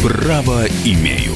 Право имею.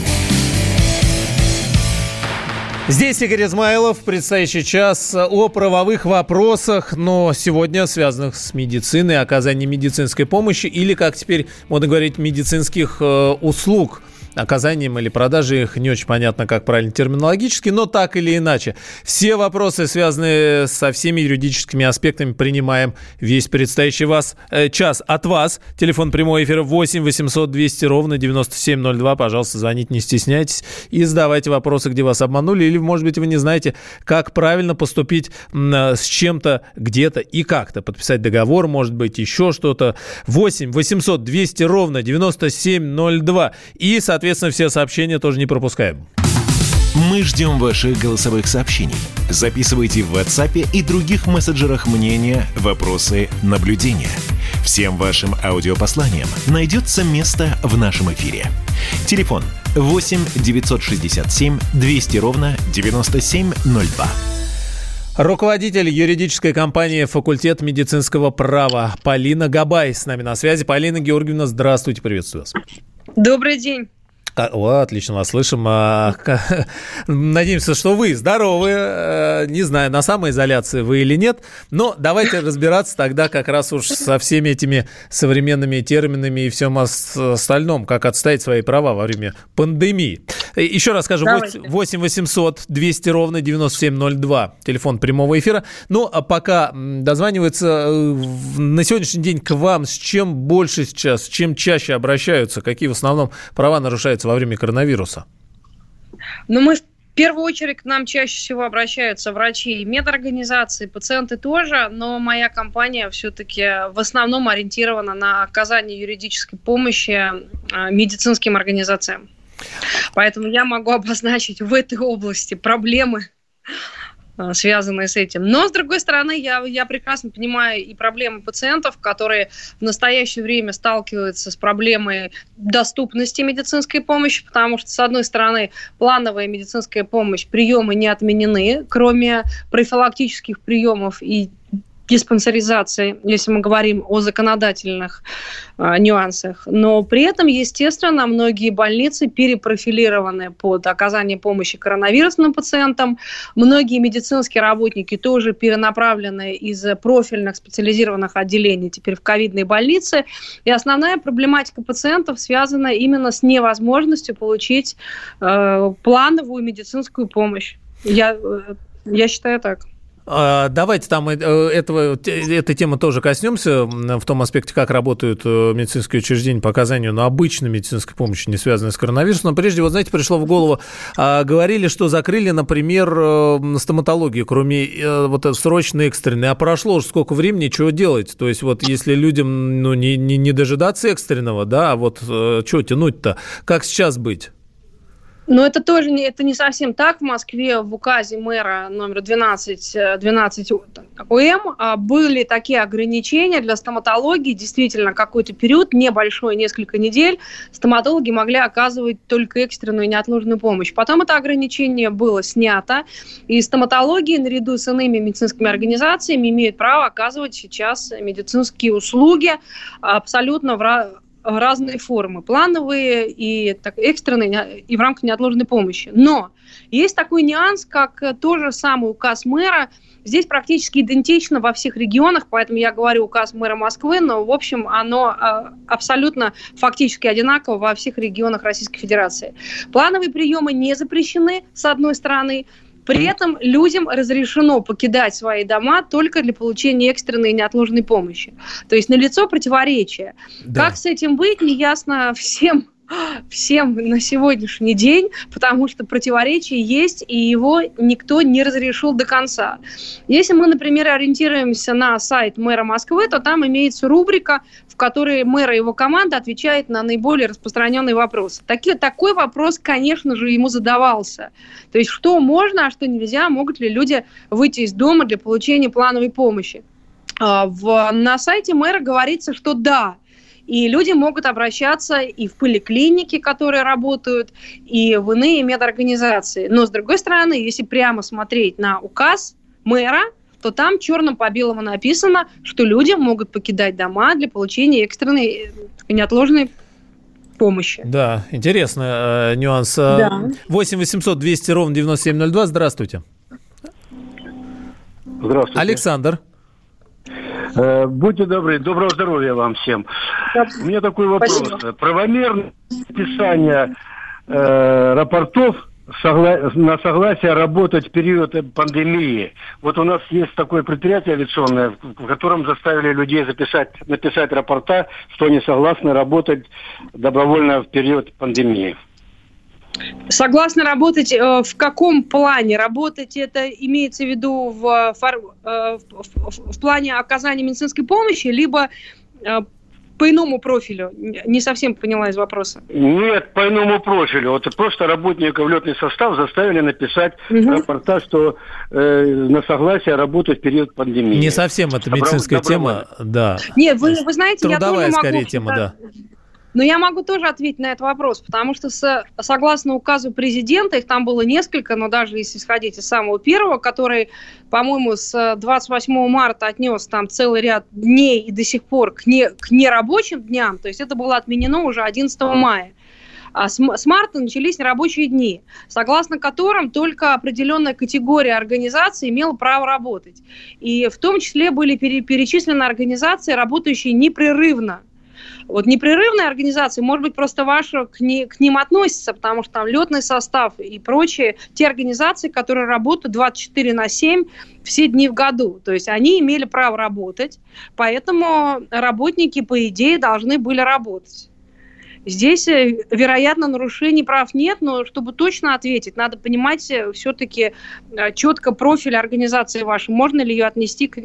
Здесь Игорь Измайлов, предстоящий час о правовых вопросах, но сегодня связанных с медициной, оказанием медицинской помощи или, как теперь модно говорить, медицинских услуг. Оказанием или продажей их не очень понятно, как правильно терминологически, но так или иначе. Все вопросы, связанные со всеми юридическими аспектами, принимаем весь предстоящий час от вас. Телефон прямого эфира 8 800 200 ровно 9702. Пожалуйста, звоните, не стесняйтесь и задавайте вопросы, где вас обманули. Или, может быть, вы не знаете, как правильно поступить с чем-то, где-то и как-то. Подписать договор, может быть, еще что-то. 8 800 200 ровно 9702. И, соответственно, все сообщения тоже не пропускаем. Мы ждем ваших голосовых сообщений. Записывайте в WhatsApp и других мессенджерах мнения, вопросы, наблюдения. Всем вашим аудиопосланиям найдется место в нашем эфире. Телефон 8 967 200 ровно 9702. Руководитель юридической компании «Факультет медицинского права» Полина Габай с нами на связи. Полина Георгиевна, здравствуйте, приветствую вас. Добрый день. Отлично вас слышим. Надеемся, что вы здоровы. Не знаю, на самоизоляции вы или нет. Но давайте разбираться тогда как раз уж со всеми этими современными терминами и всем остальном, как отстоять свои права во время пандемии. Еще раз скажу, 8 800 200 ровно 9702, телефон прямого эфира. Ну, а пока дозванивается, на сегодняшний день к вам с чем больше сейчас, с чем чаще обращаются, какие в основном права нарушаются во время коронавируса? В первую очередь к нам чаще всего обращаются врачи и медорганизации, пациенты тоже, но моя компания все-таки в основном ориентирована на оказание юридической помощи медицинским организациям. Поэтому я могу обозначить в этой области проблемы, связанные с этим. Но, с другой стороны, я прекрасно понимаю и проблемы пациентов, которые в настоящее время сталкиваются с проблемой доступности медицинской помощи, потому что, с одной стороны, плановая медицинская помощь, приемы не отменены, кроме профилактических приемов и диспансеризации, если мы говорим о законодательных нюансах. Но при этом, естественно, многие больницы перепрофилированы под оказание помощи коронавирусным пациентам. Многие медицинские работники тоже перенаправлены из профильных специализированных отделений теперь в ковидные больницы. И основная проблематика пациентов связана именно с невозможностью получить плановую медицинскую помощь. Я считаю так. Давайте там этой темы тоже коснемся в том аспекте, как работают медицинские учреждения по оказанию обычной медицинской помощи, не связанной с коронавирусом. Но прежде, знаете, пришло в голову, говорили, что закрыли, например, стоматологию, кроме срочной, экстренной. А прошло уже сколько времени, чего делать? То есть если людям не дожидаться экстренного, да, что тянуть-то? Как сейчас быть? Но это тоже не совсем так. В Москве в указе мэра номер 12 ОМ были такие ограничения для стоматологии. Действительно, какой-то период, небольшой, несколько недель, стоматологи могли оказывать только экстренную и неотложную помощь. Потом это ограничение было снято, и стоматологи наряду с иными медицинскими организациями имеют право оказывать сейчас медицинские услуги абсолютно в разные формы, плановые и экстренные, и в рамках неотложной помощи. Но есть такой нюанс, как тот же самый указ мэра. Здесь практически идентично во всех регионах, поэтому я говорю указ мэра Москвы, но, в общем, оно абсолютно фактически одинаково во всех регионах Российской Федерации. Плановые приемы не запрещены, с одной стороны. При этом людям разрешено покидать свои дома только для получения экстренной и неотложной помощи. То есть налицо противоречие. Да. Как с этим быть, неясно всем на сегодняшний день, потому что противоречие есть, и его никто не разрешил до конца. Если мы, например, ориентируемся на сайт мэра Москвы, то там имеется рубрика, в которой мэр и его команда отвечает на наиболее распространенные вопросы. Такой вопрос, конечно же, ему задавался. То есть, что можно, а что нельзя, могут ли люди выйти из дома для получения плановой помощи. На сайте мэра говорится, что да, и люди могут обращаться и в поликлиники, которые работают, и в иные медорганизации. Но, с другой стороны, если прямо смотреть на указ мэра, то там черным по белому написано, что люди могут покидать дома для получения экстренной и неотложной помощи. Да, интересный нюанс. Да. 8 800 200 ровно 9702. Здравствуйте. Здравствуйте. Александр. Будьте добры, доброго здоровья вам всем. У меня такой вопрос. Спасибо. Правомерное подписание рапортов на согласие работать в период пандемии. Вот у нас есть такое предприятие авиационное, в котором заставили людей написать рапорта, что они согласны работать добровольно в период пандемии. Согласны работать в каком плане? Работать это имеется в виду в плане оказания медицинской помощи, либо по иному профилю? Не совсем поняла из вопроса. Нет, по иному профилю. Вот просто работников летный состав заставили написать рапорта, что на согласие работать в период пандемии. Не совсем это медицинская тема, да. Нет, вы знаете, я тоже могу... скорее тема, да. Но я могу тоже ответить на этот вопрос, потому что согласно указу президента, их там было несколько, но даже если исходить из самого первого, который, по-моему, с 28 марта отнес там целый ряд дней и до сих пор к нерабочим дням, то есть это было отменено уже 11 мая. А с марта начались нерабочие дни, согласно которым только определенная категория организаций имела право работать. И в том числе были перечислены организации, работающие непрерывно. Вот непрерывные организации, может быть, просто ваши к ним относятся, потому что там летный состав и прочие, те организации, которые работают 24/7 все дни в году. То есть они имели право работать, поэтому работники, по идее, должны были работать. Здесь, вероятно, нарушений прав нет, но чтобы точно ответить, надо понимать все-таки четко профиль организации вашей. Можно ли ее отнести к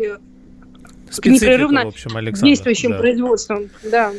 непрерывно в общем, Александр, действующим производством. Да.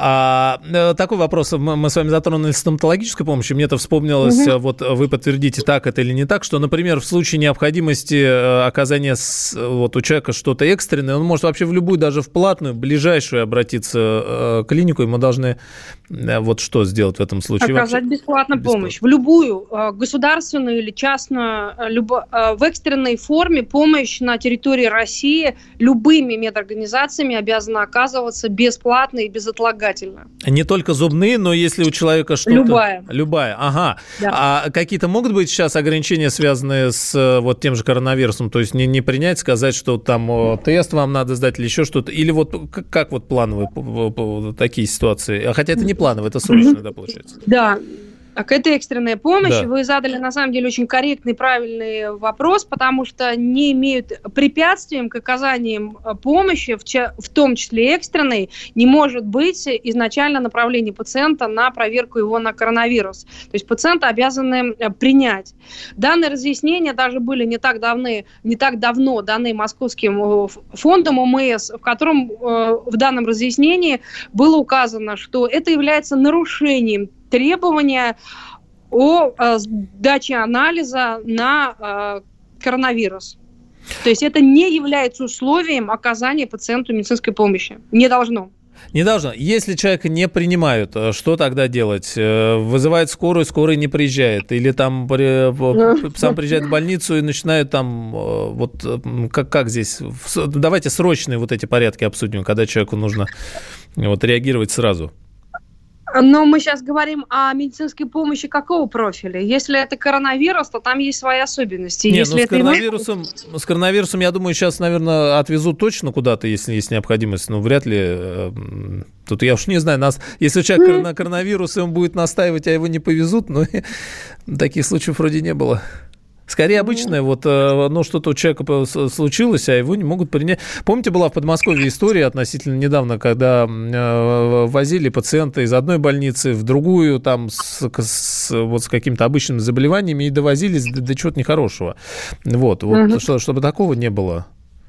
Такой вопрос. Мы с вами затронули стоматологическую помощь. Мне-то вспомнилось, вот вы подтвердите, так это или не так, что, например, в случае необходимости оказания вот у человека что-то экстренное, он может вообще в любую, даже в платную, ближайшую обратиться клинику, и мы должны вот что сделать в этом случае? Оказать бесплатно помощь. В любую, государственную или частную, в экстренной форме помощь на территории России любыми медорганизациями обязана оказываться бесплатно и безотлагательно. Не только зубные, но если у человека что-то... Любая, ага. Да. А какие-то могут быть сейчас ограничения, связанные с вот тем же коронавирусом? То есть не принять, сказать, что там тест вам надо сдать или еще что-то? Или вот как вот плановые такие ситуации? Хотя это не плановые, это срочно, да, получается? Да. Так, это экстренная помощь. Да. Вы задали, на самом деле, очень корректный, правильный вопрос, потому что не имеют препятствием к оказанию помощи, в том числе экстренной, не может быть изначально направление пациента на проверку его на коронавирус. То есть пациента обязаны принять. Данные разъяснения даже были не так давно даны Московским фондом ОМС, в котором в данном разъяснении было указано, что это является нарушением требования о сдаче анализа на коронавирус. То есть это не является условием оказания пациенту медицинской помощи. Не должно. Не должно. Если человека не принимают, что тогда делать? Вызывают скорую, скорая не приезжает? Или там сам приезжает в больницу и начинают там... Вот как здесь? Давайте срочные вот эти порядки обсудим, когда человеку нужно вот реагировать сразу. Но мы сейчас говорим о медицинской помощи какого профиля? Если это коронавирус, то там есть свои особенности. Нет, если с коронавирусом, я думаю, сейчас, наверное, отвезут точно куда-то, если есть необходимость. Но вряд ли... Тут я уж не знаю, если человек на коронавирус, и он будет настаивать, а его не повезут, но таких случаев вроде не было. Скорее обычное, вот, что-то у человека случилось, а его не могут принять. Помните, была в Подмосковье история относительно недавно, когда возили пациента из одной больницы в другую, там, с какими-то обычными заболеваниями и довозились до чего-то нехорошего. Вот, чтобы такого не было.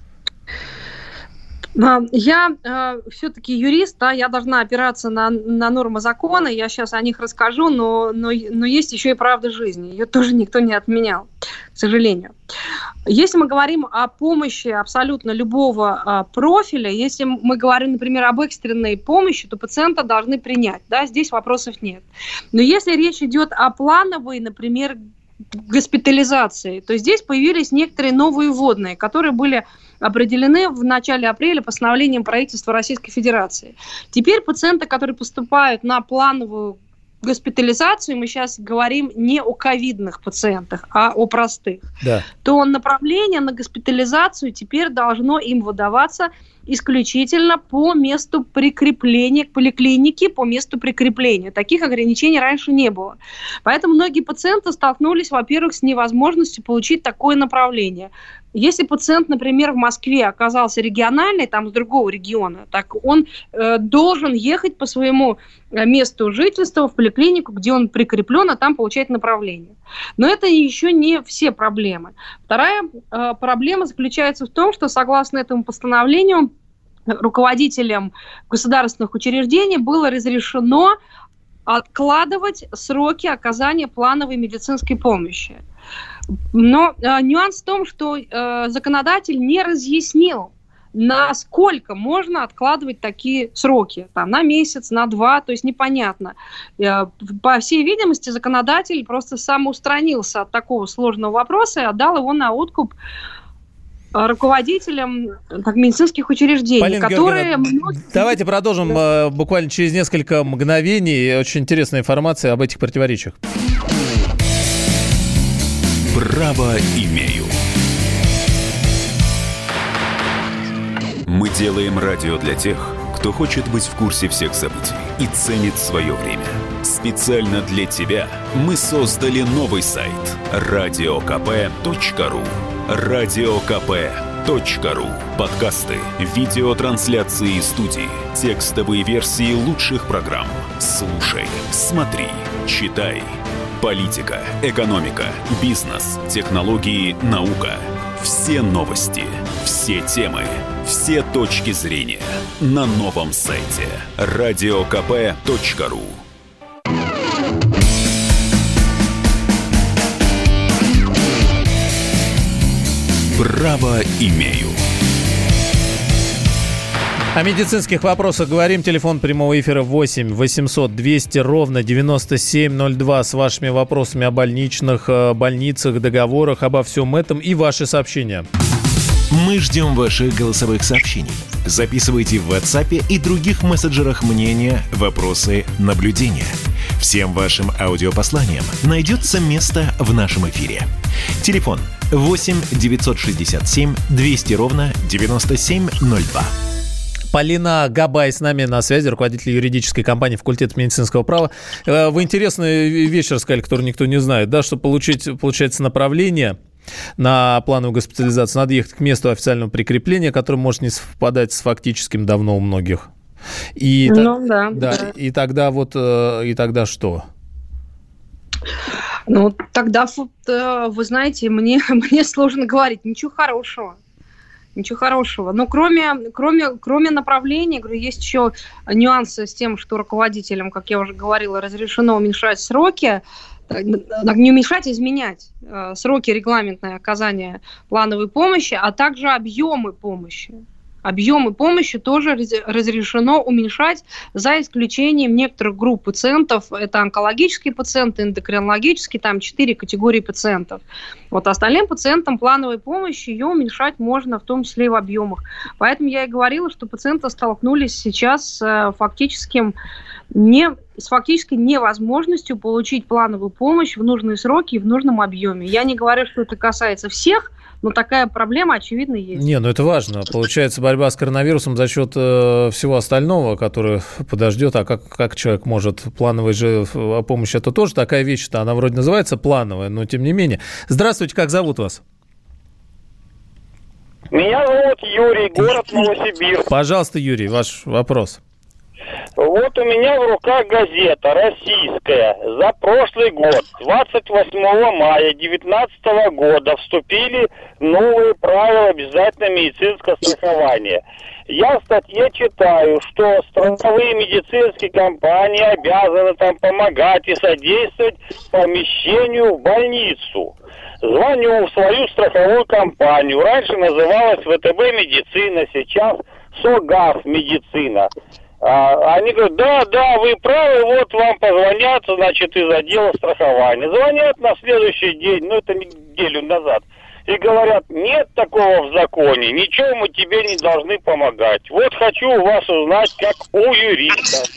Я все-таки юрист, да, я должна опираться на нормы закона, я сейчас о них расскажу, но есть еще и правда жизни, ее тоже никто не отменял, к сожалению. Если мы говорим о помощи абсолютно любого профиля, если мы говорим, например, об экстренной помощи, то пациента должны принять, да, здесь вопросов нет. Но если речь идет о плановой, например, госпитализации, то здесь появились некоторые новые вводные, которые были определены в начале апреля постановлением правительства Российской Федерации. Теперь пациенты, которые поступают на плановую госпитализацию, мы сейчас говорим не о ковидных пациентах, а о простых, то направление на госпитализацию теперь должно им выдаваться исключительно по месту прикрепления к поликлинике, по месту прикрепления. Таких ограничений раньше не было. Поэтому многие пациенты столкнулись, во-первых, с невозможностью получить такое направление. Если пациент, например, в Москве оказался региональный, там с другого региона, так он должен ехать по своему месту жительства в поликлинику, где он прикреплен, а там получать направление. Но это еще не все проблемы. Вторая проблема заключается в том, что согласно этому постановлению руководителям государственных учреждений было разрешено откладывать сроки оказания плановой медицинской помощи. Но нюанс в том, что законодатель не разъяснил, насколько можно откладывать такие сроки. Там, на месяц, на 2, то есть непонятно. По всей видимости, законодатель просто самоустранился от такого сложного вопроса и отдал его на откуп руководителям медицинских учреждений, Полина которые... Давайте продолжим буквально через несколько мгновений. Очень интересная информация об этих противоречиях. Право имею. Мы делаем радио для тех, кто хочет быть в курсе всех событий и ценит свое время. Специально для тебя мы создали новый сайт radiokp.ru. radiokp.ru. Подкасты, видеотрансляции студии, текстовые версии лучших программ. Слушай, смотри, читай. Политика, экономика, бизнес, технологии, наука. Все новости, все темы, все точки зрения на новом сайте radiokp.ru. Право имею. О медицинских вопросах говорим. Телефон прямого эфира 8 800 200 ровно 9702 с вашими вопросами о больничных, больницах, договорах, обо всем этом и ваши сообщения. Мы ждем ваших голосовых сообщений. Записывайте в WhatsApp и других мессенджерах мнения, вопросы, наблюдения. Всем вашим аудиопосланиям найдется место в нашем эфире. Телефон 8 967 200 ровно 9702. Полина Габай с нами на связи, руководитель юридической компании «Факультет медицинского права». Вы интересную вещь рассказали, которую никто не знает, да, чтобы получить, получается, направление на плановую госпитализацию, надо ехать к месту официального прикрепления, которое может не совпадать с фактическим давно у многих. И, да. И тогда что? Ну, тогда, вы знаете, мне сложно говорить. Ничего хорошего. Но кроме направления, говорю, есть еще нюансы с тем, что руководителям, как я уже говорила, разрешено уменьшать сроки, не уменьшать, а изменять сроки регламентное оказания плановой помощи, а также объемы помощи. Объемы помощи тоже разрешено уменьшать за исключением некоторых групп пациентов. Это онкологические пациенты, эндокринологические, там 4 категории пациентов. Вот остальным пациентам плановой помощи ее уменьшать можно, в том числе и в объемах. Поэтому я и говорила, что пациенты столкнулись сейчас с фактически невозможностью получить плановую помощь в нужные сроки и в нужном объеме. Я не говорю, что это касается всех, но такая проблема, очевидно, есть. Не, ну это важно. Получается, борьба с коронавирусом за счет всего остального, которое подождет. А как человек может? Плановая же помощь – это тоже такая вещь-то. Она вроде называется плановая, но тем не менее. Здравствуйте, как зовут вас? Меня зовут Юрий, город Новосибирск. Пожалуйста, Юрий, ваш вопрос. Вот у меня в руках газета российская. За прошлый год, 28 мая 2019 года, вступили новые правила обязательного медицинского страхования. Я в статье читаю, что страховые медицинские компании обязаны там помогать и содействовать помещению в больницу. Звоню в свою страховую компанию. Раньше называлась ВТБ медицина, сейчас СОГАФ медицина. Они говорят, да, вы правы, вот вам позвонят, значит, из отдела страхования. Звонят на следующий день, это неделю назад, и говорят, нет такого в законе, ничего мы тебе не должны помогать. Вот хочу у вас узнать, как у юриста.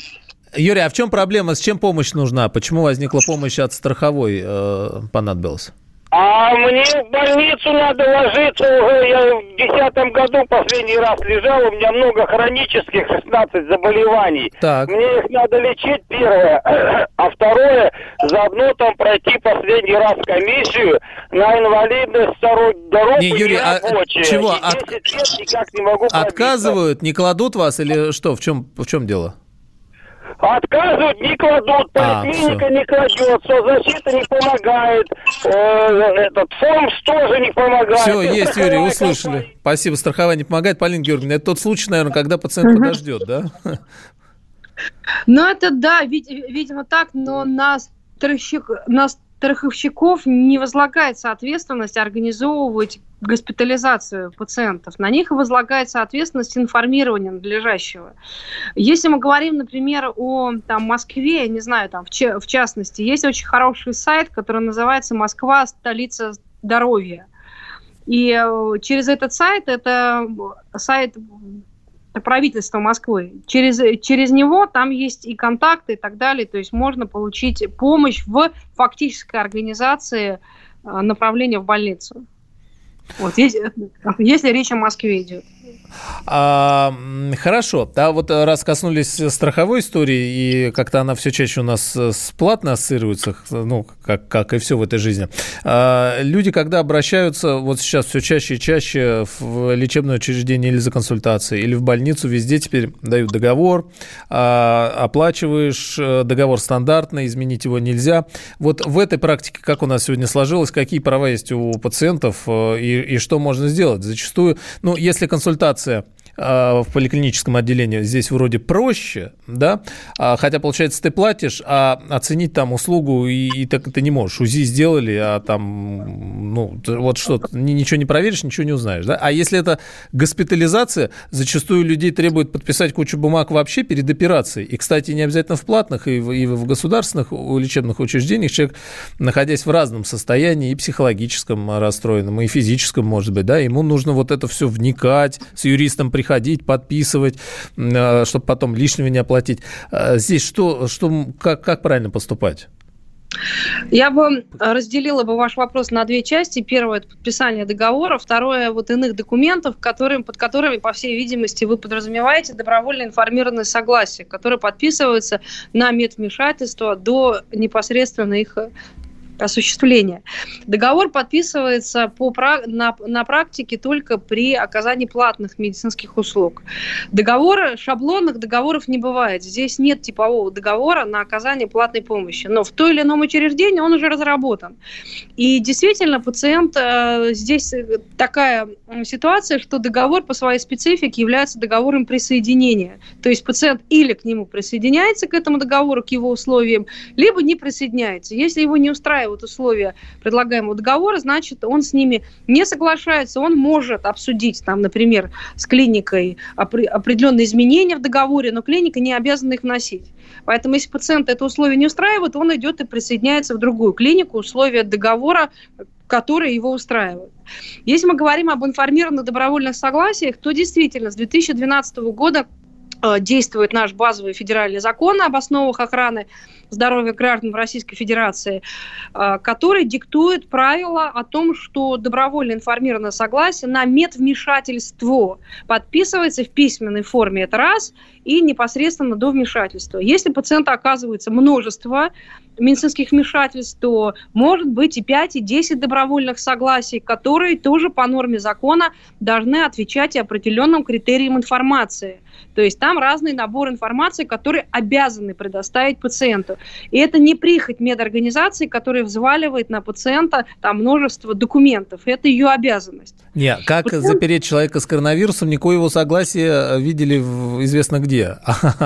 Юрий, а в чем проблема? С чем помощь нужна? Почему возникла помощь от страховой понадобилась? А мне в больницу надо ложиться уже. Я в 2010 году последний раз лежал. У меня много хронических, 16 заболеваний. Так. Мне их надо лечить, первое. А второе, заодно там пройти последний раз комиссию на инвалидность второй дороги. Не, Юрий, а чего? 10 лет никак не могу пробиться. Отказывают, не кладут вас или что? В чем дело? Отказывают, не кладут, поликлиника не кладет, соцзащита не помогает, этот ФОМС тоже не помогает. Все, есть, Юрий, услышали. Спасибо, страхование не помогает. Полина Георгиевна, это тот случай, наверное, когда пациент подождет, да? Ну, это да, видимо так, но на страховщиков не возлагается ответственность организовывать госпитализацию пациентов. На них возлагается ответственность информирования надлежащего. Если мы говорим, например, о Москве, я не знаю, в частности, есть очень хороший сайт, который называется «Москва. Столица здоровья». И через этот сайт, это сайт правительства Москвы, через него там есть и контакты и так далее, то есть можно получить помощь в фактической организации направления в больницу. Вот, если речь о Москве идет. Хорошо. Да, вот раз коснулись страховой истории, и как-то она все чаще у нас платно ассоциируется, ну, как и все в этой жизни. Люди, когда обращаются вот сейчас все чаще и чаще в лечебное учреждение или за консультацией, или в больницу, везде теперь дают договор, оплачиваешь, договор стандартный, изменить его нельзя. Вот в этой практике, как у нас сегодня сложилось, какие права есть у пациентов и что можно сделать? Зачастую, ну, если консультация в поликлиническом отделении здесь вроде проще, да, хотя, получается, ты платишь, а оценить там услугу и так ты не можешь. УЗИ сделали, а там, ну, вот что, ничего не проверишь, ничего не узнаешь, да. А если это госпитализация, зачастую людей требует подписать кучу бумаг вообще перед операцией. И, кстати, не обязательно в платных, и в государственных лечебных учреждениях человек, находясь в разном состоянии, и психологическом расстроенном, и физическом, может быть, да, ему нужно вот это все вникать, с юристом приходить, подписывать, чтобы потом лишнего не оплатить. Здесь как правильно поступать? Я бы разделила ваш вопрос на две части. Первое – это подписание договора. Второе – вот иных документов, под которыми, по всей видимости, вы подразумеваете добровольно информированное согласие, которое подписывается на медвмешательство до непосредственно их осуществления. Договор подписывается на практике только при оказании платных медицинских услуг. Шаблонных договоров не бывает. Здесь нет типового договора на оказание платной помощи. Но в той или ином учреждении он уже разработан. И действительно, пациент, здесь такая ситуация, что договор по своей специфике является договором присоединения. То есть пациент или к нему присоединяется, к этому договору, к его условиям, либо не присоединяется. Если его не устраивает условия предлагаемого договора, значит, он с ними не соглашается, он может обсудить, там, например, с клиникой определенные изменения в договоре, но клиника не обязана их вносить. Поэтому, если пациента это условие не устраивает, он идет и присоединяется в другую клинику, условия договора, которые его устраивают. Если мы говорим об информированных добровольных согласиях, то действительно с 2012 года действует наш базовый федеральный закон об основах охраны здоровья граждан в Российской Федерации, который диктует правила о том, что добровольно информированное согласие на медвмешательство подписывается в письменной форме, это раз, и непосредственно до вмешательства. Если пациента оказывается множество медицинских вмешательств, то может быть и 5, и 10 добровольных согласий, которые тоже по норме закона должны отвечать и определенным критериям информации. То есть там разный набор информации, который обязаны предоставить пациенту. И это не прихоть медорганизации, которая взваливает на пациента там множество документов. Это ее обязанность. Нет, как запереть человека с коронавирусом, никакого его согласия видели известно где.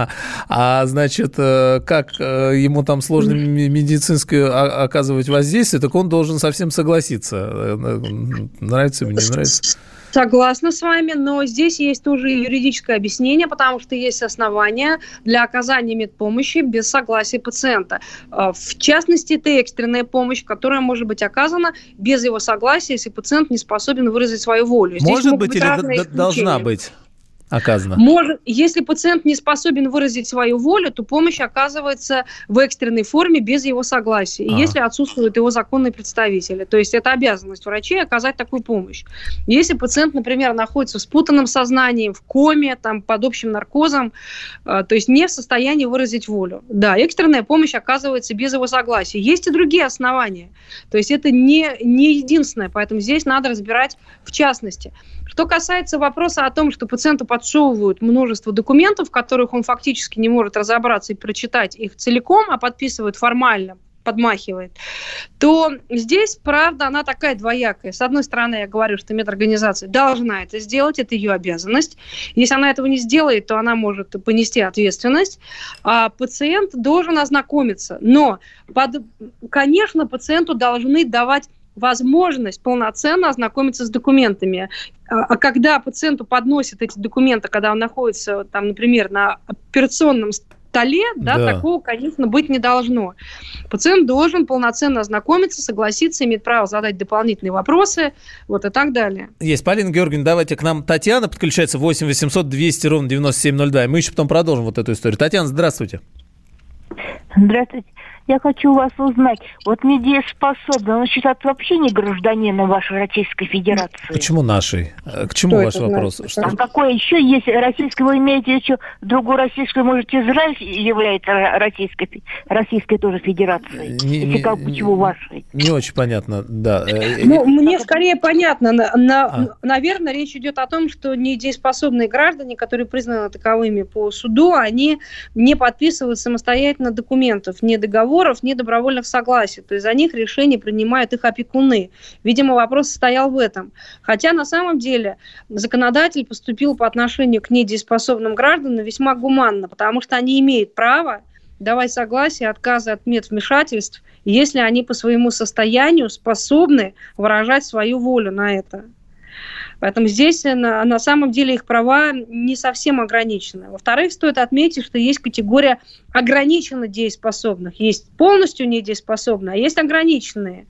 А значит, как ему там сложно медицинское оказывать воздействие, так он должен совсем согласиться. Нравится мне, не нравится? Согласна с вами, но здесь есть тоже юридическое объяснение, потому что есть основания для оказания медпомощи без согласия пациента. В частности, это экстренная помощь, которая может быть оказана без его согласия, если пациент не способен выразить свою волю. Здесь может быть или должна быть? оказана? Если пациент не способен выразить свою волю, то помощь оказывается в экстренной форме без его согласия. И если отсутствуют его законные представители. То есть это обязанность врачей оказать такую помощь. Если пациент, например, находится в спутанном сознании, в коме, там, под общим наркозом, то есть не в состоянии выразить волю. Да, экстренная помощь оказывается без его согласия. Есть и другие основания. То есть это не единственное, поэтому здесь надо разбирать в частности. Что касается вопроса о том, что пациенту подсовывают множество документов, в которых он фактически не может разобраться и прочитать их целиком, а подписывают формально, подмахивает, то здесь, правда, она такая двоякая. С одной стороны, я говорю, что медорганизация должна это сделать, это ее обязанность. Если она этого не сделает, то она может понести ответственность, а пациент должен ознакомиться. Но, конечно, пациенту должны давать возможность полноценно ознакомиться с документами. А когда пациенту подносят эти документы, когда он находится, там, например, на операционном столе, такого, конечно, быть не должно. Пациент должен полноценно ознакомиться, согласиться, иметь право задать дополнительные вопросы, вот и так далее. Есть. Полина Георгиевна, давайте к нам Татьяна подключается, 8 800 200 ровно 9702. И мы еще потом продолжим вот эту историю. Татьяна, здравствуйте. Здравствуйте. Я хочу у вас узнать, вот недееспособный, он считается вообще не гражданином вашей Российской Федерации? Почему нашей? К чему ваш вопрос? А какое еще есть российское? Вы имеете еще другую российскую, может, Израиль является российской тоже федерацией? Почему вашей? Не очень понятно, да. Мне скорее понятно. Наверное, речь идет о том, что недееспособные граждане, которые признаны таковыми по суду, они не подписывают самостоятельно документов, ни договоров, ни добровольных согласий. То есть за них решения принимают их опекуны. Видимо, вопрос состоял в этом. Хотя на самом деле законодатель поступил по отношению к недееспособным гражданам весьма гуманно, потому что они имеют право давать согласие, отказы от медвмешательств, если они по своему состоянию способны выражать свою волю на это. Поэтому здесь на самом деле их права не совсем ограничены. Во-вторых, стоит отметить, что есть категория ограниченно дееспособных. Есть полностью недееспособные, а есть ограниченные.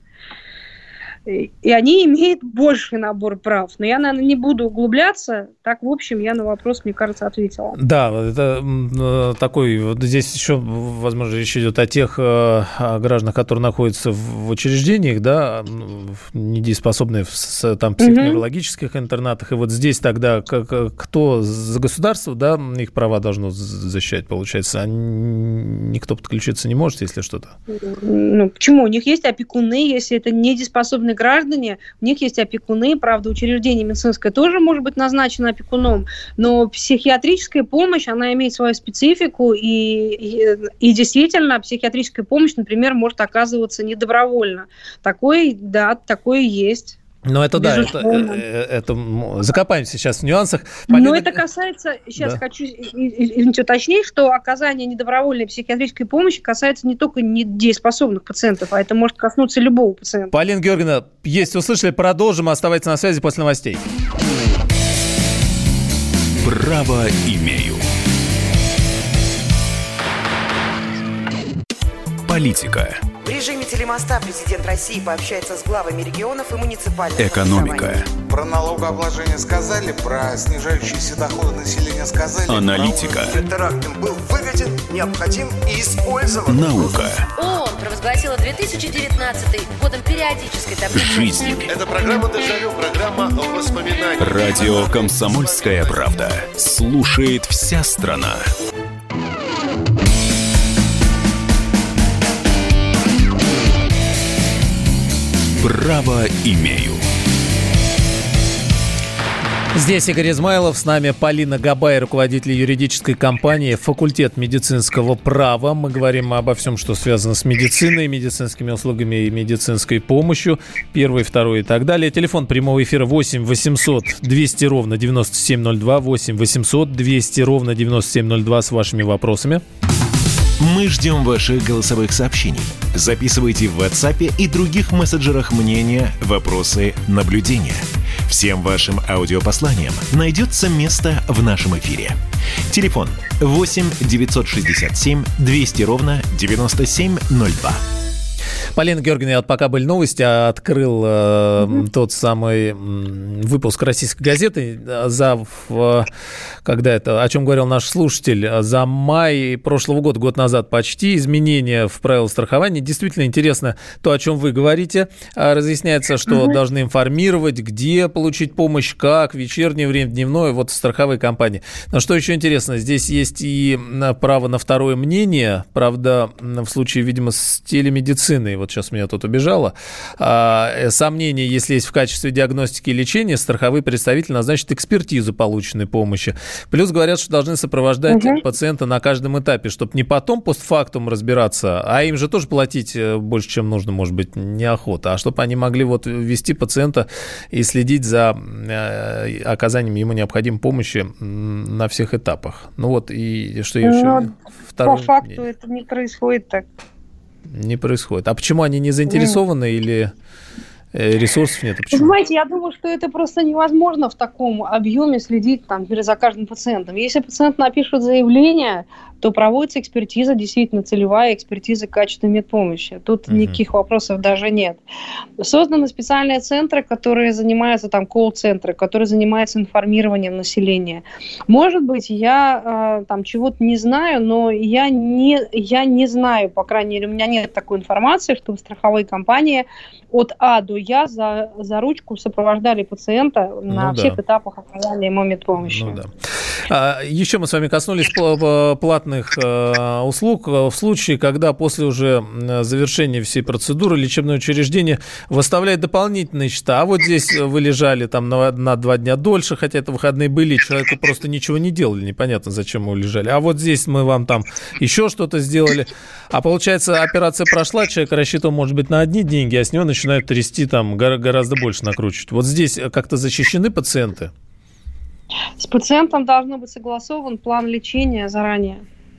И они имеют больший набор прав. Но я, наверное, не буду углубляться. Так, в общем, я на вопрос, мне кажется, ответила. Да, это такой... Вот здесь еще, возможно, речь идет о тех гражданах, которые находятся в учреждениях, да, недееспособные в там, психоневрологических интернатах. И вот здесь тогда кто за государство, да, их права должно защищать, получается? Никто подключиться не может, если что-то? Почему? У них есть опекуны, если это недееспособные граждане, у них есть опекуны, правда, учреждение медицинское тоже может быть назначено опекуном, но психиатрическая помощь, она имеет свою специфику, и действительно психиатрическая помощь, например, может оказываться недобровольно. Такое есть. Ну, это безусловно. Это закопаемся сейчас в нюансах. Но это касается, сейчас хочу уточнить, что оказание недобровольной психиатрической помощи касается не только недееспособных пациентов, а это может коснуться любого пациента. Полина Георгиевна, есть, услышали, продолжим, оставайтесь на связи после новостей. Право имею. Политика. В режиме телемоста президент России пообщается с главами регионов и муниципальных Экономика. Про налогообложение сказали, про снижающиеся доходы населения сказали. Аналитика. Теракт был выгоден, необходим и использован. Наука. ООН провозгласила 2019 годом периодической таблицы. Жизнь. Это программа «Дежавю», программа воспоминаний. Радио «Комсомольская правда». Слушает вся страна. Право имею. Здесь Игорь Измайлов, с нами Полина Габай, руководитель юридической компании «Факультет медицинского права». Мы говорим обо всем, что связано с медициной, медицинскими услугами и медицинской помощью. Первый, второй и так далее. Телефон прямого эфира 8 800 200 ровно 9702, 8 800 200 ровно 9702 с вашими вопросами. Мы ждем ваших голосовых сообщений. Записывайте в WhatsApp и других мессенджерах мнения, вопросы, наблюдения. Всем вашим аудиопосланиям найдется место в нашем эфире. Телефон 8 967 200 ровно 9702. Полина Георгиевна, вот пока были новости, открыл тот самый выпуск «Российской газеты», когда это, о чем говорил наш слушатель, за май прошлого года, год назад почти, изменения в правилах страхования. Действительно интересно то, о чем вы говорите. Разъясняется, что должны информировать, где получить помощь, как, в вечернее время, дневное, вот страховые компании. Но что еще интересно, здесь есть и право на второе мнение, правда, в случае, видимо, с телемедициной, вот сейчас меня тут убежало, сомнения, если есть в качестве диагностики и лечения, страховой представитель назначит экспертизу полученной помощи. Плюс говорят, что должны сопровождать пациента на каждом этапе, чтобы не потом постфактум разбираться, а им же тоже платить больше, чем нужно, может быть, неохота, а чтобы они могли вот вести пациента и следить за оказанием ему необходимой помощи на всех этапах. Ну вот, и что еще? По факту это не происходит так. Не происходит. А почему они не заинтересованы или ресурсов нет? Почему? Понимаете, я думаю, что это просто невозможно в таком объеме следить там за каждым пациентом. Если пациент напишет заявление, то проводится экспертиза, действительно целевая экспертиза качества медпомощи. Тут никаких вопросов даже нет. Созданы специальные центры, которые занимаются, там, колл-центры, которые занимаются информированием населения. Может быть, я там чего-то не знаю, но я не знаю, по крайней мере, у меня нет такой информации, чтобы страховые компании от А до Я за ручку сопровождали пациента на всех этапах оказания ему медпомощи. Ну, да. Еще мы с вами коснулись платных услуг в случае, когда после уже завершения всей процедуры лечебное учреждение выставляет дополнительные счета. А вот здесь вы лежали там на 2 дня дольше, хотя это выходные были, человеку просто ничего не делали, непонятно, зачем вы лежали. А вот здесь мы вам там еще что-то сделали. А получается, операция прошла, человек рассчитывал, может быть, на одни деньги, а с него начинают трясти там гораздо больше накручивать. Вот здесь как-то защищены пациенты? С пациентом должно быть согласован план лечения заранее.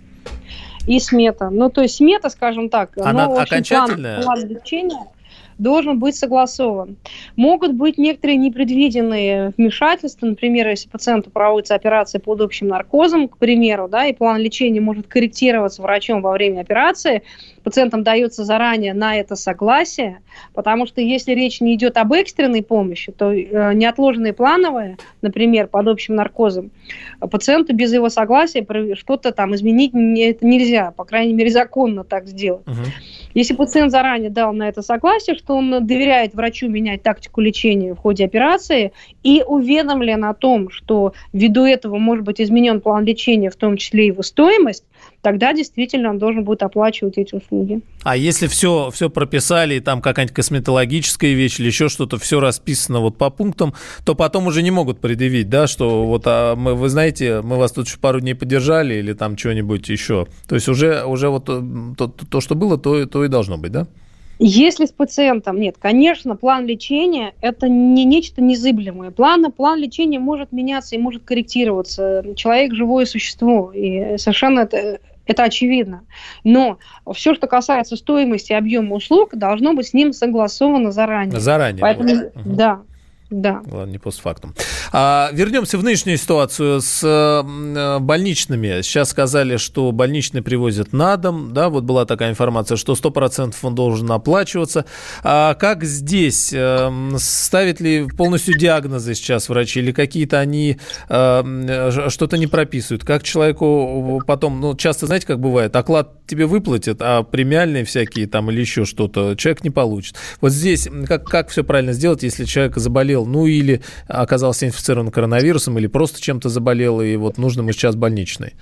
И смета. Ну, то есть смета, скажем так, она окончательная? План лечения должен быть согласован. Могут быть некоторые непредвиденные вмешательства, например, если пациенту проводится операция под общим наркозом, к примеру, да, и план лечения может корректироваться врачом во время операции, пациентам дается заранее на это согласие, потому что если речь не идет об экстренной помощи, то неотложные плановые, например, под общим наркозом, пациенту без его согласия что-то там изменить нельзя, по крайней мере, законно так сделать. Если пациент заранее дал на это согласие, что он доверяет врачу менять тактику лечения в ходе операции и уведомлен о том, что ввиду этого может быть изменен план лечения, в том числе его стоимость, тогда действительно он должен будет оплачивать эти услуги. А если все прописали, и там какая-нибудь косметологическая вещь или еще что-то, все расписано вот по пунктам, то потом уже не могут предъявить, да, что вот вы знаете, мы вас тут еще пару дней поддержали или там что-нибудь еще. То есть уже вот то, что было, то и должно быть, да? Если с пациентом, нет, конечно, план лечения – это не нечто незыблемое. План лечения может меняться и может корректироваться. Человек – живое существо, и совершенно это очевидно. Но все, что касается стоимости и объема услуг, должно быть с ним согласовано заранее. Заранее. Поэтому, да. Да. Ладно, не постфактум. Вернемся в нынешнюю ситуацию с больничными. Сейчас сказали, что больничные привозят на дом. Да, вот была такая информация, что 100% он должен оплачиваться. А как здесь? Ставят ли полностью диагнозы сейчас врачи? Или какие-то они что-то не прописывают? Как человеку потом... часто, знаете, как бывает? Оклад тебе выплатят, а премиальные всякие там или еще что-то человек не получит. Вот здесь как все правильно сделать, если человек заболел, или оказался инфицирован коронавирусом, или просто чем-то заболел, и вот нужно ему сейчас больничный?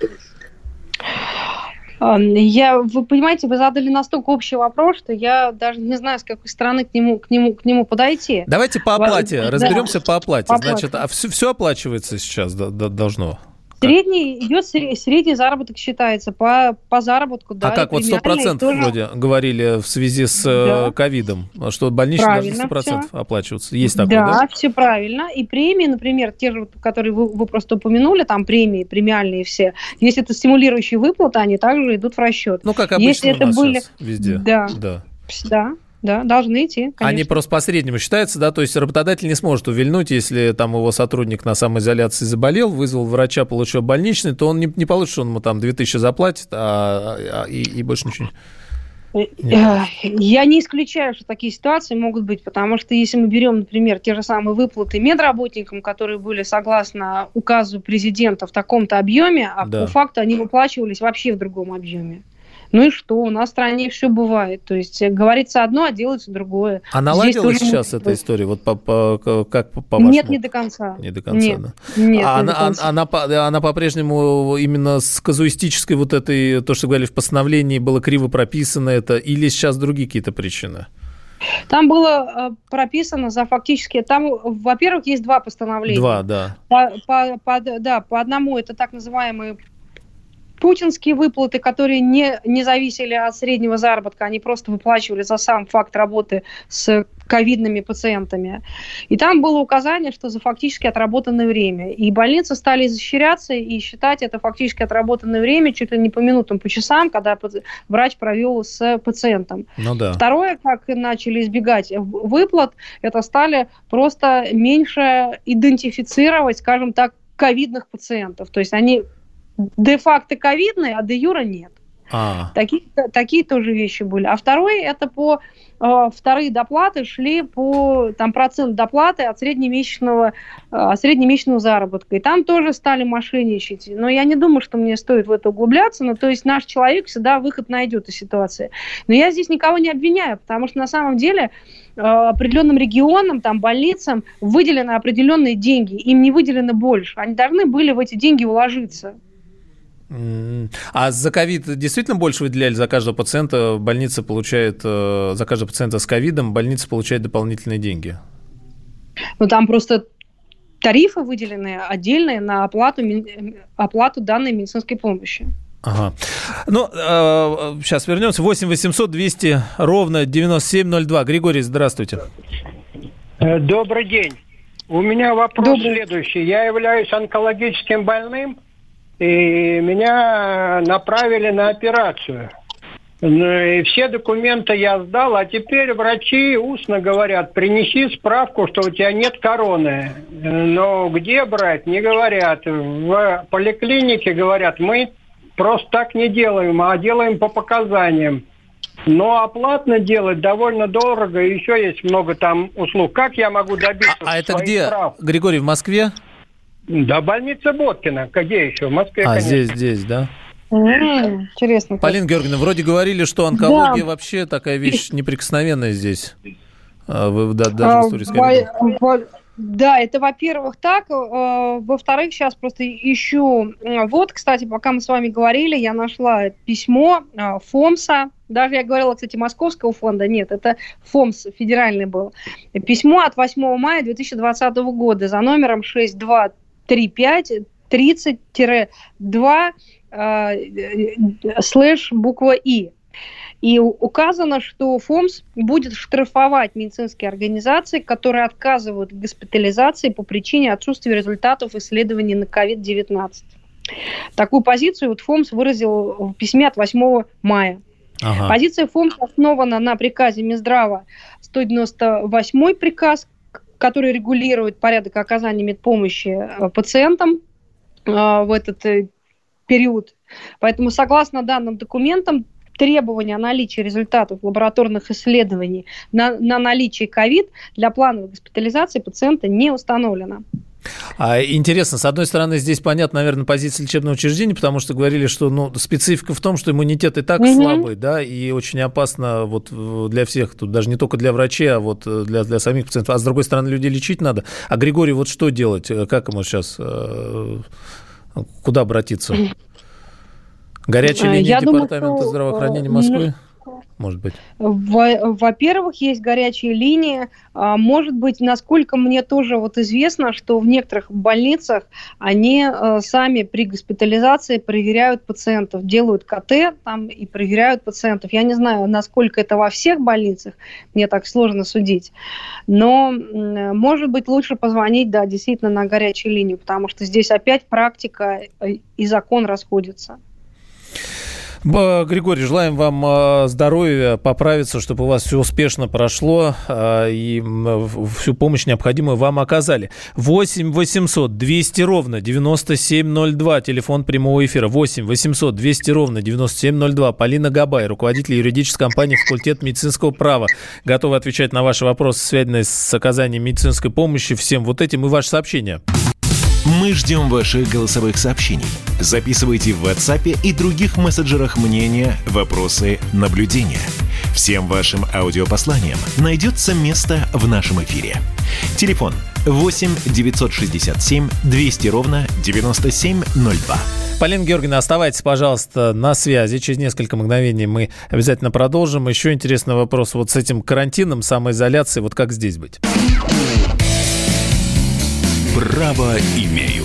Вы понимаете, вы задали настолько общий вопрос, что я даже не знаю, с какой стороны к нему подойти. Давайте по оплате, разберемся по оплате. Значит, все оплачивается сейчас должно? Средний заработок считается по заработку. Да, а как вот 100% тоже... вроде говорили в связи с ковидом, что больничные должны 100% все оплачиваться. Есть такое, да? Да, все правильно. И премии, например, те же, которые вы просто упомянули, там премии, премиальные все, если это стимулирующие выплаты, они также идут в расчет. Как обычно если у нас сейчас везде. Да, должны идти, конечно. Они просто по среднему считаются, да, то есть работодатель не сможет увильнуть, если там его сотрудник на самоизоляции заболел, вызвал врача, получил больничный, то он не получит, что он ему там 2000 заплатит, и больше ничего не... Я не исключаю, что такие ситуации могут быть, потому что если мы берем, например, те же самые выплаты медработникам, которые были согласно указу президента в таком-то объеме, а по факту они выплачивались вообще в другом объеме. Ну и что? У нас в стране все бывает. То есть говорится одно, а делается другое. А наладилась сейчас эта история? Вот как по-вашему? Нет, не до конца. Не до конца, нет, да? Нет, она по-прежнему именно с казуистической вот этой, то, что говорили в постановлении, было криво прописано это, или сейчас другие какие-то причины? Там было прописано за фактически... Там, во-первых, есть два постановления. Два, да. По одному это так называемые путинские выплаты, которые не зависели от среднего заработка, они просто выплачивали за сам факт работы с ковидными пациентами. И там было указание, что за фактически отработанное время. И больницы стали изощряться и считать это фактически отработанное время чуть ли не по минутам, по часам, когда врач провел с пациентом. Ну да. Второе, как начали избегать выплат, это стали просто меньше идентифицировать, скажем так, ковидных пациентов. То есть они де-факто ковидные, а де-юра нет. Такие тоже вещи были. А второе, это вторые доплаты шли по процент доплаты от среднемесячного заработка. И там тоже стали мошенничать. Но я не думаю, что мне стоит в это углубляться. То есть наш человек всегда выход найдет из ситуации. Но я здесь никого не обвиняю, потому что на самом деле определенным регионам, больницам выделены определенные деньги. Им не выделено больше. Они должны были в эти деньги вложиться. А за ковид действительно больше выделяли за каждого пациента? Больница получает, за каждого пациента с ковидом, больница получает дополнительные деньги? Там просто тарифы выделены отдельные на оплату данной медицинской помощи. Ага. Сейчас вернемся. 8 800 200 ровно 9702. Григорий, здравствуйте. Добрый день. У меня вопрос следующий. Я являюсь онкологическим больным, и меня направили на операцию. И все документы я сдал, а теперь врачи устно говорят, принеси справку, что у тебя нет короны. Но где брать, не говорят. В поликлинике говорят, мы просто так не делаем, а делаем по показаниям. Но оплатно делать довольно дорого, и еще есть много там услуг. Как я могу добиться это где, прав? Григорий, в Москве? Да, больница Боткина. Где еще? В Москве, конечно. Здесь, да? Интересно. Полина Георгиевна, вроде говорили, что онкология вообще такая вещь неприкосновенная здесь. Вы даже в истории сказали. Да, это, во-первых, так. Во-вторых, сейчас просто ищу... Вот, кстати, пока мы с вами говорили, я нашла письмо ФОМСа. Даже я говорила, кстати, Московского фонда. Нет, это ФОМС федеральный был. Письмо от 8 мая 2020 года за номером 6235-30-2/буква И. И указано, что ФОМС будет штрафовать медицинские организации, которые отказывают в госпитализации по причине отсутствия результатов исследований на COVID-19. Такую позицию ФОМС выразил в письме от 8 мая. Ага. Позиция ФОМС основана на приказе Минздрава 198 приказ, который регулирует порядок оказания медпомощи пациентам в этот период. Поэтому, согласно данным документам, требования о наличии результатов лабораторных исследований на наличие ковид для плановой госпитализации пациента не установлено. Интересно, с одной стороны, здесь понятна, наверное, позиция лечебного учреждения, потому что говорили, что специфика в том, что иммунитет и так слабый, да, и очень опасно для всех, тут даже не только для врачей, а для самих пациентов. А с другой стороны, людей лечить надо. А Григорий, что делать? Как ему сейчас? Куда обратиться? Горячая линия Департамента здравоохранения Москвы? Может быть. Во-первых, есть горячие линии. Может быть, насколько мне тоже известно, что в некоторых больницах они сами при госпитализации проверяют пациентов, делают КТ и проверяют пациентов. Я не знаю, насколько это во всех больницах, мне так сложно судить. Но, может быть, лучше позвонить, да, действительно, на горячую линию, потому что здесь опять практика и закон расходятся. Григорий, желаем вам здоровья, поправиться, чтобы у вас все успешно прошло и всю помощь необходимую вам оказали. 8 800 200 ровно 9702, телефон прямого эфира. 8 800 200 ровно 9702. Полина Габай, руководитель юридической компании «Факультет медицинского права», готова отвечать на ваши вопросы, связанные с оказанием медицинской помощи всем вот этим и ваши сообщения. Мы ждем ваших голосовых сообщений. Записывайте в WhatsApp и других мессенджерах мнения, вопросы, наблюдения. Всем вашим аудиопосланиям найдется место в нашем эфире. Телефон 8 967 200 ровно 9702. Полина Георгиевна, оставайтесь, пожалуйста, на связи. Через несколько мгновений мы обязательно продолжим. Еще интересный вопрос вот с этим карантином, самоизоляцией. Вот как здесь быть? Право имею.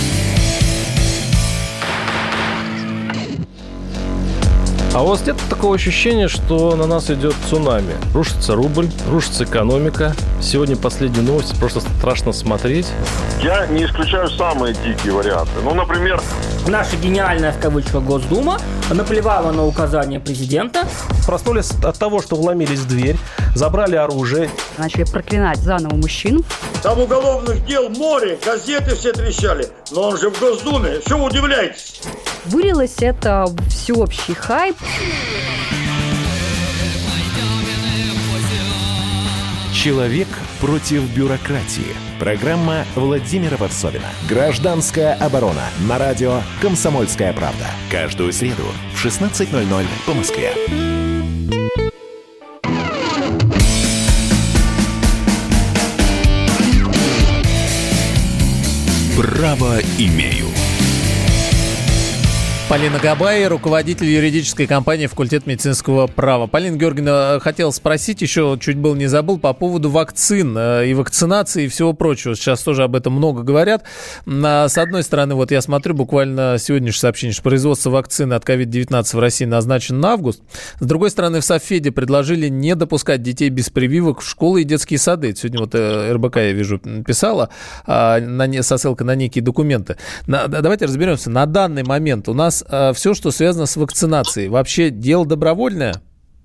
А у вас нет такого ощущения, что на нас идет цунами? Рушится рубль, рушится экономика. Сегодня последние новости, просто страшно смотреть. Я не исключаю самые дикие варианты. Ну, например... Наша гениальная, в кавычках, Госдума наплевала на указания президента. Проснулись от того, что вломились в дверь, забрали оружие. Начали проклинать заново мужчин. Там уголовных дел море, газеты все трещали. Но он же в Госдуме, что вы удивляетесь? Вылилось это в всеобщий хайп. Человек против бюрократии. Программа Владимира Варсовина. Гражданская оборона. На радио «Комсомольская правда». Каждую среду в 16:00 по Москве. Право имею. Полина Габай, руководитель юридической компании «Факультет медицинского права». Полина Георгиевна, хотел спросить, еще чуть было не забыл, по поводу вакцин и вакцинации и всего прочего. Сейчас тоже об этом много говорят. С одной стороны, вот я смотрю буквально сегодняшнее сообщение, что производство вакцины от COVID-19 в России назначено на август. С другой стороны, в Совфеде предложили не допускать детей без прививок в школы и детские сады. Это сегодня вот РБК, я вижу, писала со ссылкой на некие документы. Давайте разберемся. На данный момент у нас все, что связано с вакцинацией, вообще дело добровольное?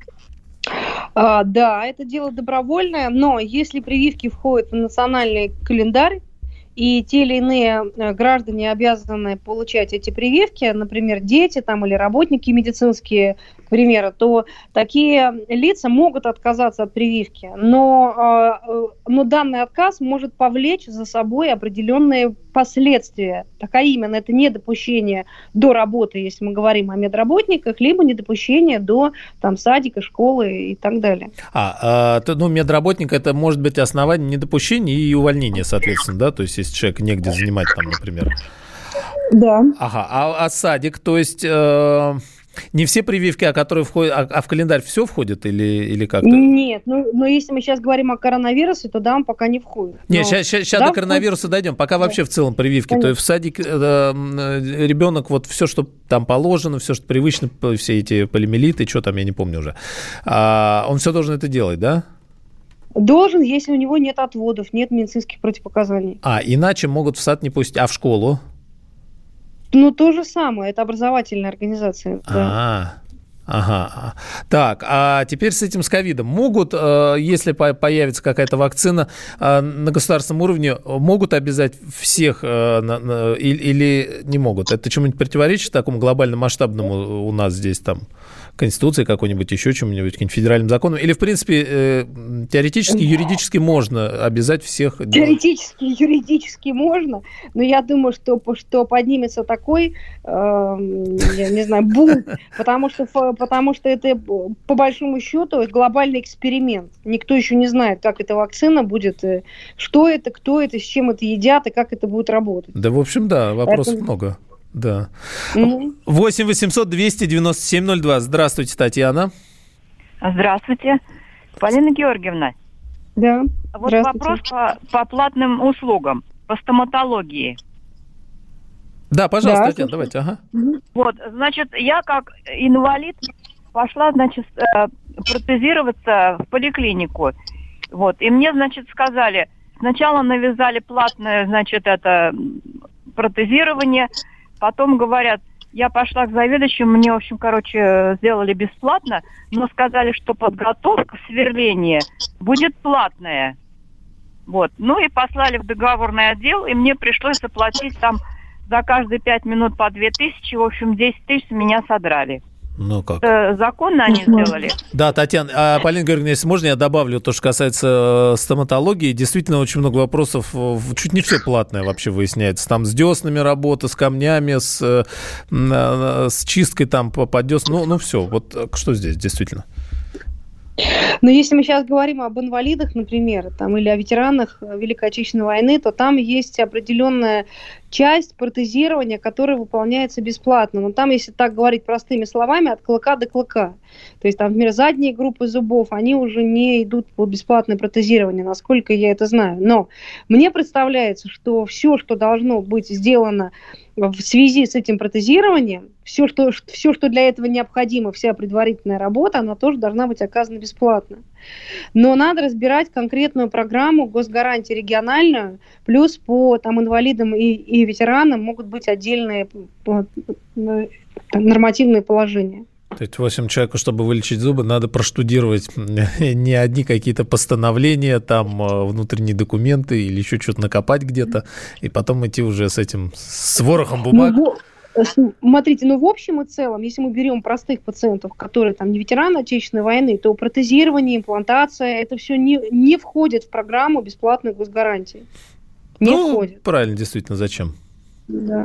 Да, это дело добровольное, но если прививки входят в национальный календарь, и те или иные граждане обязаны получать эти прививки, например, дети там, или работники медицинские, к примеру, то такие лица могут отказаться от прививки. Но данный отказ может повлечь за собой определенные последствия. Так, а именно, это недопущение до работы, если мы говорим о медработниках, либо недопущение до там, садика, школы и так далее. Медработник, это может быть основание недопущения и увольнения, соответственно, да? То есть, если человек негде занимать там, например. Да. Ага, а садик, то есть... Не все прививки, которые входят, а в календарь все входит или как-то? Нет, но если мы сейчас говорим о коронавирусе, то да, он пока не входит. Нет, сейчас да, до коронавируса дойдем. Пока вообще в целом прививки. Конечно. То есть в садик ребенок, вот все, что там положено, все, что привычно, все эти полиомиелиты, что там, я не помню уже. Он все должен это делать, да? Должен, если у него нет отводов, нет медицинских противопоказаний. Иначе могут в сад не пустить. А в школу? То же самое, это образовательная организация. Да. Ага. Так, а теперь с этим, с ковидом. Могут, если появится какая-то вакцина на государственном уровне, могут обязать всех или не могут? Это чему-нибудь противоречит такому глобальному масштабному у нас здесь там Конституции какой-нибудь, еще чему-нибудь, каким-нибудь федеральным законом? Или, в принципе, теоретически, юридически можно обязать всех делать? Теоретически, юридически можно, но я думаю, что поднимется такой, я не знаю, бунт, потому что это, по большому счету, глобальный эксперимент. Никто еще не знает, как эта вакцина будет, что это, кто это, с чем это едят и как это будет работать. Да, в общем, да, вопросов много. Да. 8 800 297 02. Здравствуйте, Татьяна. Здравствуйте. Полина Георгиевна. Да. Вот вопрос по платным услугам, по стоматологии. Да, пожалуйста, да, Татьяна, давайте. Ага. Вот, значит, я как инвалид пошла, значит, протезироваться в поликлинику. Вот, и мне, значит, сказали, сначала навязали платное, значит, это протезирование, потом говорят, Я пошла к заведующему, мне, в общем, сделали бесплатно, но сказали, что подготовка, сверление будет платная. Вот. Ну и послали в договорный отдел, и мне пришлось заплатить там за каждые 5 минут по 2000, в общем, 10 тысяч с меня содрали. Ну как? Это законно они сделали? Да, Татьяна, Полина Георгиевна, если можно, я добавлю то, что касается стоматологии. Действительно, очень много вопросов, чуть не все платное вообще выясняется. Там с деснами работа, с камнями, с чисткой там под десн. Ну, все. Вот что здесь действительно? Но если мы сейчас говорим об инвалидах, например, или о ветеранах Великой Отечественной войны, то там есть определенная часть протезирования, которая выполняется бесплатно. Но там, если так говорить простыми словами, от клыка до клыка. То есть, там, например, задние группы зубов, они уже не идут по бесплатное протезирование, насколько я это знаю. Но мне представляется, что все, что должно быть сделано в связи с этим протезированием, все, что для этого необходимо, вся предварительная работа, она тоже должна быть оказана бесплатно. Но надо разбирать конкретную программу госгарантии региональную, плюс по инвалидам и ветеранам могут быть отдельные нормативные положения. То есть 8 человек, чтобы вылечить зубы, надо проштудировать не одни какие-то постановления, там внутренние документы или еще что-то накопать где-то, и потом идти уже с ворохом бумаг. Смотрите, в общем и целом, если мы берем простых пациентов, которые не ветераны Отечественной войны, то протезирование, имплантация, это все не входит в программу бесплатной госгарантии. Не входит. Правильно, действительно, зачем? Да.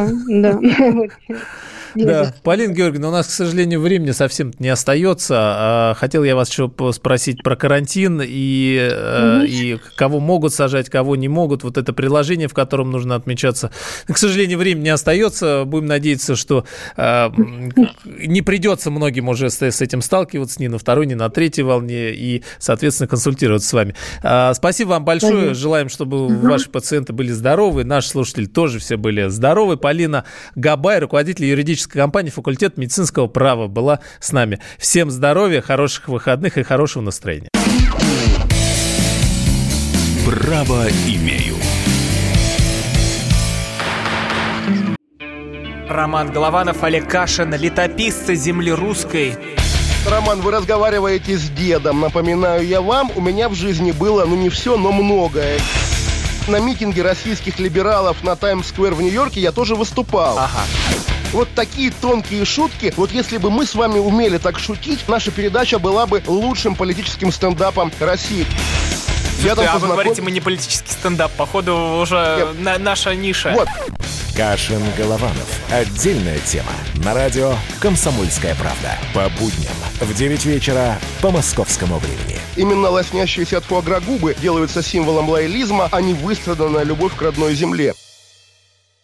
Да, Полина Георгиевна, у нас, к сожалению, времени совсем не остается. Хотел я вас еще спросить про карантин и кого могут сажать, кого не могут. Вот это приложение, в котором нужно отмечаться. К сожалению, времени не остается. Будем надеяться, что не придется многим уже с этим сталкиваться ни на второй, ни на третьей волне и, соответственно, консультироваться с вами. Спасибо вам большое. Желаем, чтобы ваши пациенты были здоровы, наши слушатели тоже все были здоровы. Полина Габай, руководитель юридической компании «Факультет медицинского права», была с нами. Всем здоровья, хороших выходных и хорошего настроения. Право имею. Роман Голованов, Олег Кашин, летописцы земли русской. Роман, вы разговариваете с дедом. Напоминаю я вам, у меня в жизни было, не все, но многое. На митинге российских либералов на Таймс-сквер в Нью-Йорке я тоже выступал. Ага. Вот такие тонкие шутки. Вот если бы мы с вами умели так шутить, наша передача была бы лучшим политическим стендапом России. Слушайте, вы говорите, мы не политический стендап. Походу, уже наша ниша. Вот. Кашин, Голованов. Отдельная тема. На радио «Комсомольская правда». По будням в 9 вечера по московскому времени. Именно лоснящиеся от фуагра губы делаются символом лоялизма, а не выстраданная любовь к родной земле.